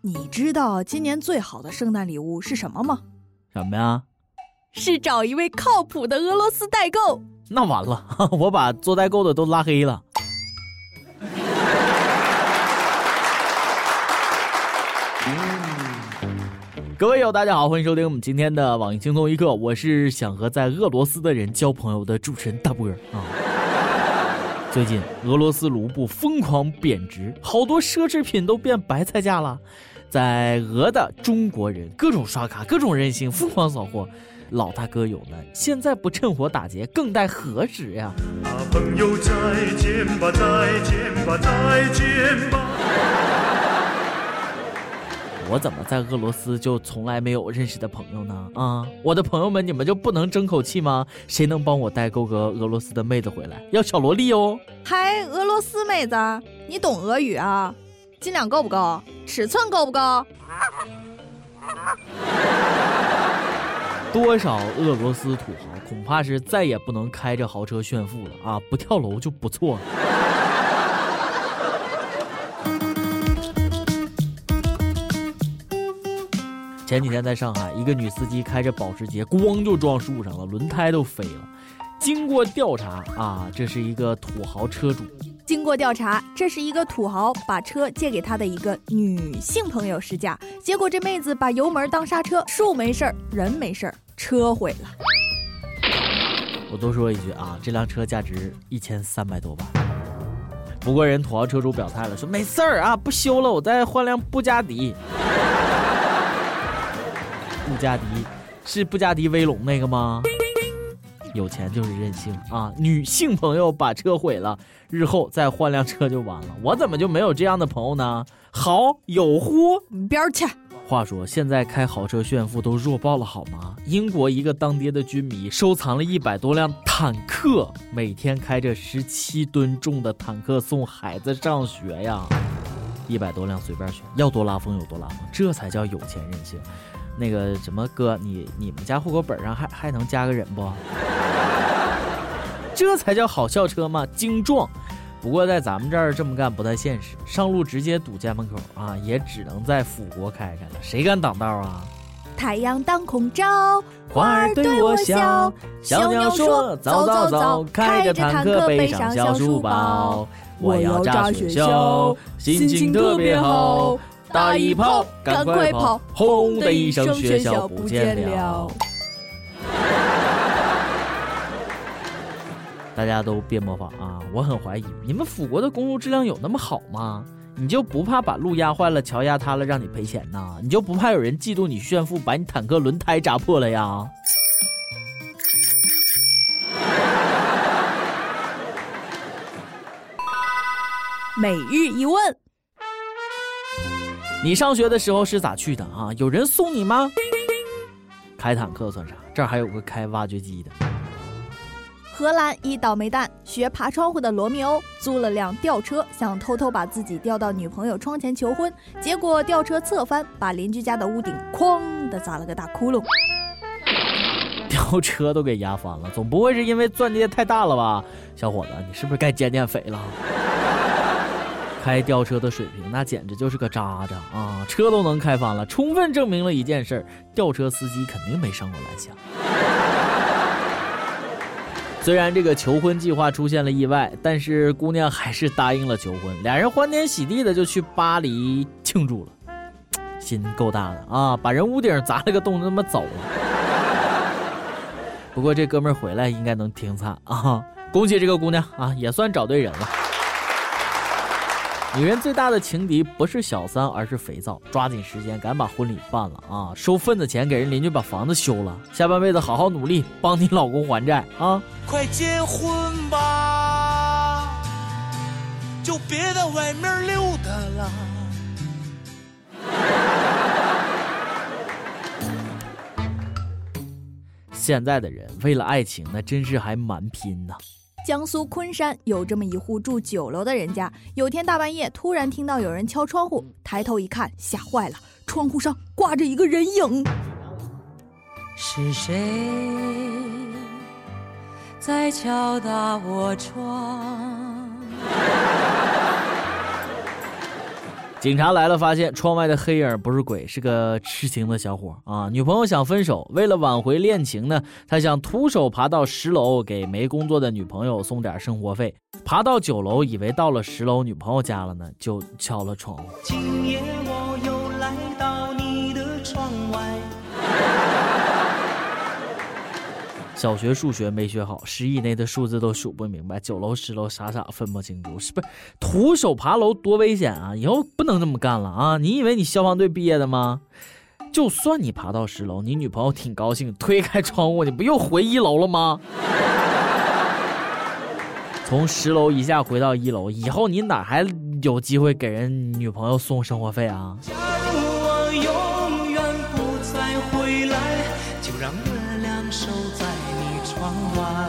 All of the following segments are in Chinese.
你知道今年最好的圣诞礼物是什么吗？ 什么呀？ 是找一位靠谱的俄罗斯代购。 那完了，我把做代购的都拉黑了。各位友，大家好，欢迎收听我们今天的网易轻松一刻，我是想和在俄罗斯的人交朋友的主持人大波啊。最近俄罗斯卢布疯狂贬值，好多奢侈品都变白菜价了。在俄的中国人各种刷卡，各种任性，疯狂扫货。老大哥有难，现在不趁火打劫，更待何时呀？朋友再见吧，再见吧，再见吧。我怎么在俄罗斯就从来没有认识的朋友呢？啊，我的朋友们，你们就不能争口气吗？谁能帮我代购个俄罗斯的妹子回来？要小萝莉哦。 还俄罗斯妹子？你懂俄语啊？斤两够不够？尺寸够不够？ 多少俄罗斯土豪恐怕是再也不能开着豪车炫富了啊！不跳楼就不错了。前几天在上海，一个女司机开着保时捷咣就撞树上了，轮胎都飞了。经过调查啊，这是一个土豪车主。 经过调查，这是一个土豪把车借给他的一个女性朋友试驾，结果这妹子把油门当刹车，树没事人没事，车毁了。 我多说一句啊，这辆车价值1300多万。不过人土豪车主表态了，说没事儿啊，不修了，我再换辆布加迪。布加迪是布加迪威龙那个吗？有钱就是任性啊！女性朋友把车毁了，日后再换辆车就完了。我怎么就没有这样的朋友呢？好，有乎？ 边儿去！ 话说现在开豪车炫富都弱爆了好吗？英国一个当爹的军迷收藏了100多辆坦克，每天开着17吨重的坦克送孩子上学呀！100多辆随便选，要多拉风有多拉风，这才叫有钱任性。那个什么哥，你们家户口本上还能加个人不？这才叫好校车嘛，精壮。不过在咱们这儿这么干不太现实，上路直接堵家门口啊，也只能在辅国开开了，谁敢挡道啊？ 太阳当空照， 花儿对我笑，小鸟说早早早，开着坦克背上小书包，我要炸学校，心情特别好，打一炮赶快跑，轰的一声学校不见了。大家都别模仿啊！我很怀疑你们辅国的公路质量有那么好吗？你就不怕把路压坏了，桥压塌了让你赔钱呐？你就不怕有人嫉妒你炫富把你坦克轮胎扎破了呀？ 每日一问， 你上学的时候是咋去的啊？有人送你吗？开坦克算啥？这儿还有个开挖掘机的。 荷兰一倒霉蛋学爬窗户的罗密欧租了辆吊车，想偷偷把自己吊到女朋友窗前求婚，结果吊车侧翻，把邻居家的屋顶哐的砸了个大窟窿。 吊车都给压翻了，总不会是因为钻戒太大了吧？小伙子，你是不是该减减肥了？开吊车的水平那简直就是个渣渣啊！车都能开翻了，充分证明了一件事，吊车司机肯定没上过蓝翔。虽然这个求婚计划出现了意外，但是姑娘还是答应了求婚，俩人欢天喜地的就去巴黎庆祝了。心够大的啊，把人屋顶砸了个洞就那么走了。不过这哥们儿回来应该能挺惨啊，恭喜这个姑娘啊，也算找对人了。女人最大的情敌不是小三，而是肥皂。抓紧时间赶把婚礼办了啊！收份子钱给人邻居把房子修了，下半辈子好好努力，帮你老公还债啊！ 快结婚吧，就别在外面溜达了。 现在的人为了爱情，那真是还蛮拼呐。 江苏昆山有这么一户住9楼的人家，有天大半夜突然听到有人敲窗户，抬头一看，吓坏了，窗户上挂着一个人影。 是谁在敲打我窗？ 警察来了，发现窗外的黑影不是鬼，是个痴情的小伙啊！女朋友想分手，为了挽回恋情呢，他想徒手爬到10楼给没工作的女朋友送点生活费。爬到9楼，以为到了10楼女朋友家了呢，就敲了窗户。 今夜我又来到你的窗外。 小学数学没学好，10以内的数字都数不明白，9楼10楼傻傻分不清楚，是不是？徒手爬楼多危险啊！以后不能这么干了啊！你以为你消防队毕业的吗？就算你爬到10楼，你女朋友挺高兴，推开窗户，你不又回1楼了吗？从10楼一下回到1楼，以后你哪还有机会给人女朋友送生活费啊？ 假如我永远不再回来，就让月亮守在你窗外。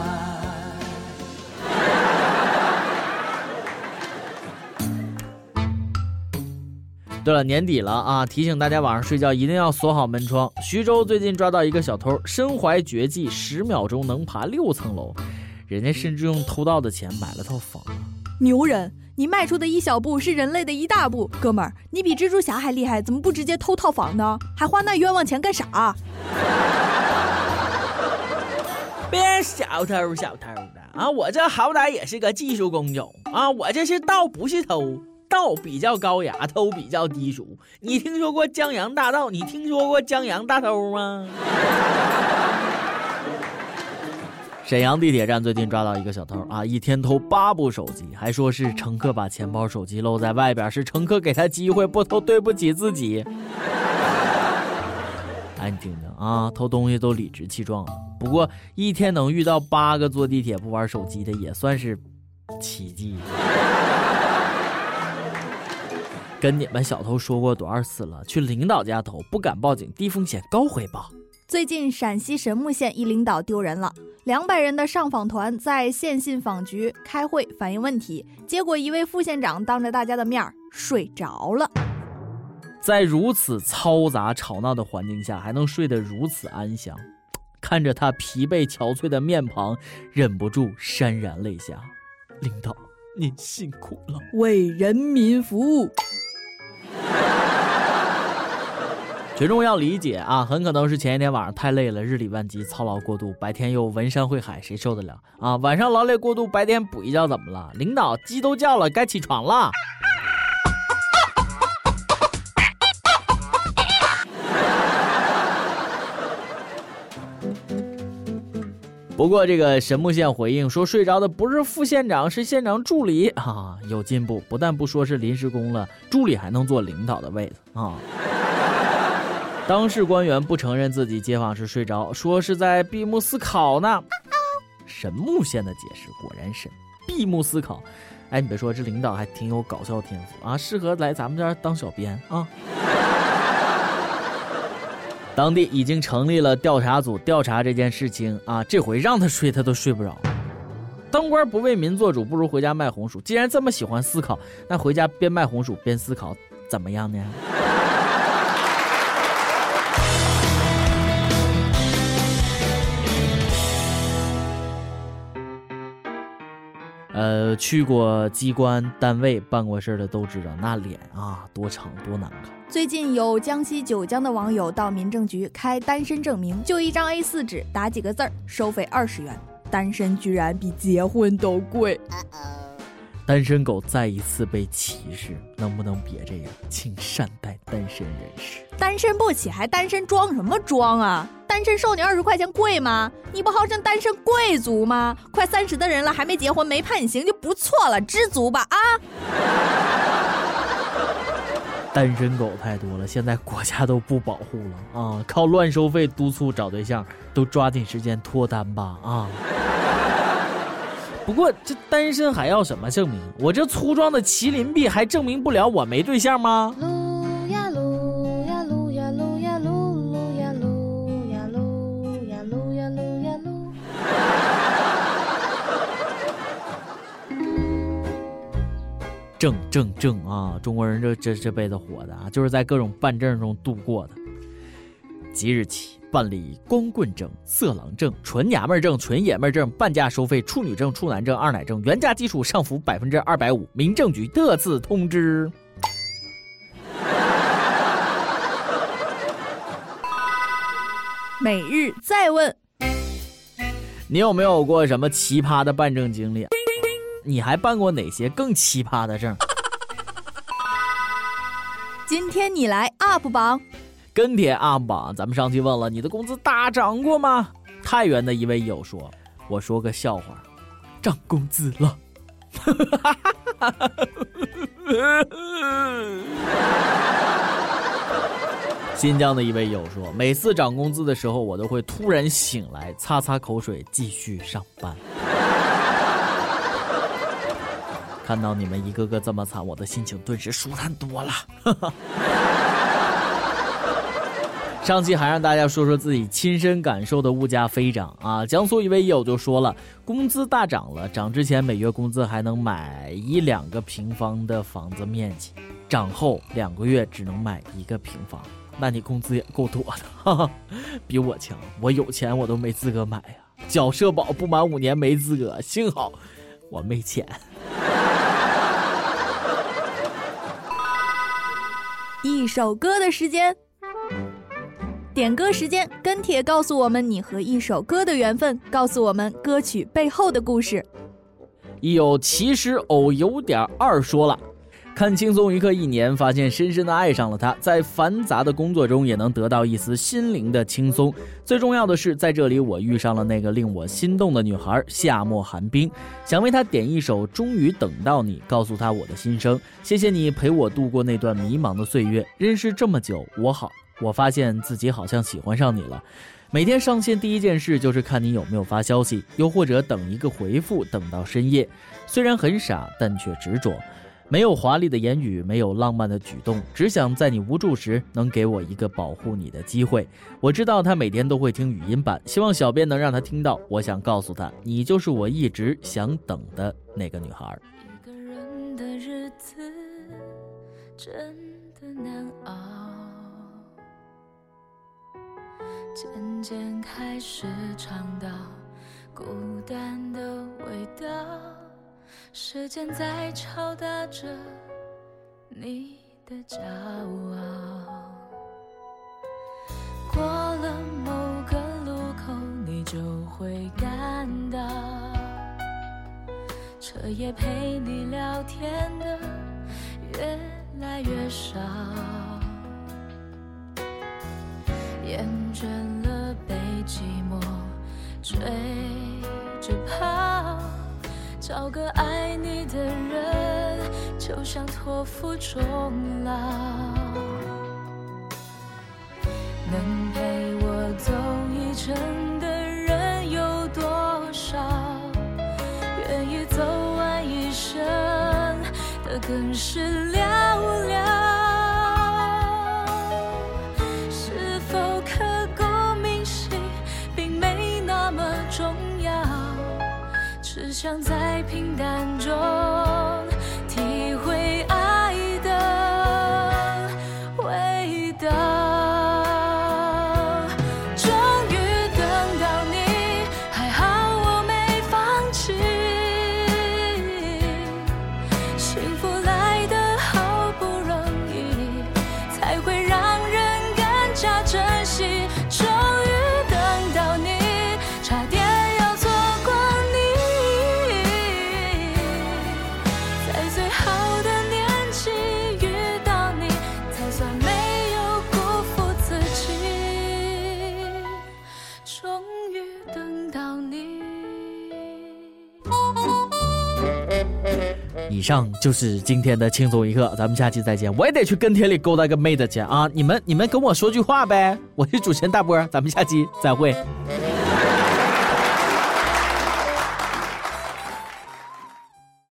对了，年底了啊，提醒大家晚上睡觉一定要锁好门窗。徐州最近抓到一个小偷，身怀绝技，10秒钟能爬6层楼，人家甚至用偷盗的钱买了套房。 牛人，你迈出的一小步是人类的一大步，哥们儿，你比蜘蛛侠还厉害，怎么不直接偷套房呢？还花那冤枉钱干啥？ 别小偷的啊！我这好歹也是个技术工种啊，我这是盗不是偷。盗比较高雅，偷比较低俗。你听说过江洋大盗？你听说过江洋大偷吗？沈阳地铁站最近抓到一个小偷啊，一天偷8部手机，还说是乘客把钱包手机露在外边，是乘客给他机会不偷对不起自己。哎，你听听啊，偷东西都理直气壮了。不过一天能遇到8个坐地铁不玩手机的，也算是奇迹。跟你们小偷说过多少次了，去领导家偷不敢报警，低风险高回报。 最近陕西神木县一领导丢人了，200人的上访团在县信访局开会反映问题，结果一位副县长当着大家的面睡着了。 在如此嘈杂吵闹的环境下，还能睡得如此安详，看着他疲惫憔悴的面庞，忍不住潸然泪下。领导，您辛苦了， 为人民服务。 群众要理解啊，很可能是前一天晚上太累了，日理万机，操劳过度，白天又文山会海，谁受得了啊？晚上劳累过度，白天补一觉怎么了？领导，鸡都叫了，该起床了。不过这个神木县回应说，睡着的不是副县长，是县长助理啊，有进步，不但不说是临时工了，助理还能坐领导的位子啊。当事官员不承认自己街访时睡着，说是在闭目思考呢。神木县的解释果然神，闭目思考。哎，你别说，这领导还挺有搞笑天赋啊，适合来咱们这儿当小编啊。当地已经成立了调查组调查这件事情啊，这回让他睡他都睡不着。当官不为民做主，不如回家卖红薯。既然这么喜欢思考，那回家边卖红薯边思考怎么样呢？去过机关单位办过事的都知道，那脸啊多长多难看。 最近有江西九江的网友到民政局开单身证明，就一张 A4 纸，打几个字儿，收费20元。单身居然比结婚都贵。 单身狗再一次被歧视，能不能别这样？请善待单身人士。 单身不起还单身装什么装啊？单身收你20块钱贵吗？你不号称单身贵族吗？快30的人了还没结婚没判刑就不错了，知足吧啊！ 单身狗太多了，现在国家都不保护了啊！靠乱收费督促找对象，都抓紧时间脱单吧啊！不过这单身还要什么证明？我这粗壮的麒麟臂还证明不了我没对象吗？ 撸呀撸呀撸呀撸呀撸撸呀撸呀撸呀撸呀撸呀撸。 正啊！中国人这辈子活的啊，就是在各种办证中度过的。即日起办理光棍证、色狼证、纯娘们证、纯爷们证、半价收费、处女证、处男证、二奶证，原价基础上浮250%。民政局特此通知。 每日再问， 你有没有过什么奇葩的办证经历？你还办过哪些更奇葩的证？ 今天你来 UP 榜。 跟帖 UP 榜，咱们上期问了，你的工资大涨过吗？太原的一位友说，我说个笑话，涨工资了。新疆的一位友说，每次涨工资的时候，我都会突然醒来，擦擦口水，继续上班。看到你们一个个这么惨，我的心情顿时舒坦多了。上期还让大家说说自己亲身感受的物价飞涨啊！江苏一位友就说了，工资大涨了，涨之前每月工资还能买1-2个平方的房子面积，涨后2个月只能买1个平方，那你工资也够多的，哈哈，比我强，我有钱我都没资格买呀，缴社保不满5年没资格，幸好我没钱。 一首歌的时间，点歌时间，跟帖告诉我们你和一首歌的缘分，告诉我们歌曲背后的故事。 一友其实偶有点二说了，看轻松一刻1年，发现深深的爱上了他，在繁杂的工作中也能得到一丝心灵的轻松。最重要的是，在这里我遇上了那个令我心动的女孩夏末寒冰，想为她点一首终于等到你，告诉她我的心声。谢谢你陪我度过那段迷茫的岁月，认识这么久，我发现自己好像喜欢上你了。每天上线第一件事就是看你有没有发消息，又或者等一个回复，等到深夜。虽然很傻，但却执着。没有华丽的言语，没有浪漫的举动，只想在你无助时能给我一个保护你的机会。我知道他每天都会听语音版，希望小编能让他听到。我想告诉他，你就是我一直想等的那个女孩。 一个人的日子真的难熬，渐渐开始尝到孤单的味道，时间在敲打着你的骄傲，过了某个路口你就会感到，彻夜陪你聊天的越来越少，厌倦了被寂寞追着跑，找个爱你的人，就像托付终老。能陪我走一程的人有多少？愿意走完一生的更是寥寥。是否刻骨铭心，并没那么重要。只想在平淡中体会爱的味道。终于等到你，还好我没放弃。幸福来得好不容易，才会让人更加珍惜。终于等到你，差点要错过你。最好的年纪遇到你，才算没有辜负自己。终于等到你。 以上就是今天的轻松一刻，咱们下期再见。我也得去跟帖里勾搭个妹子去啊！你们跟我说句话呗。我是主持人大波，咱们下期再会。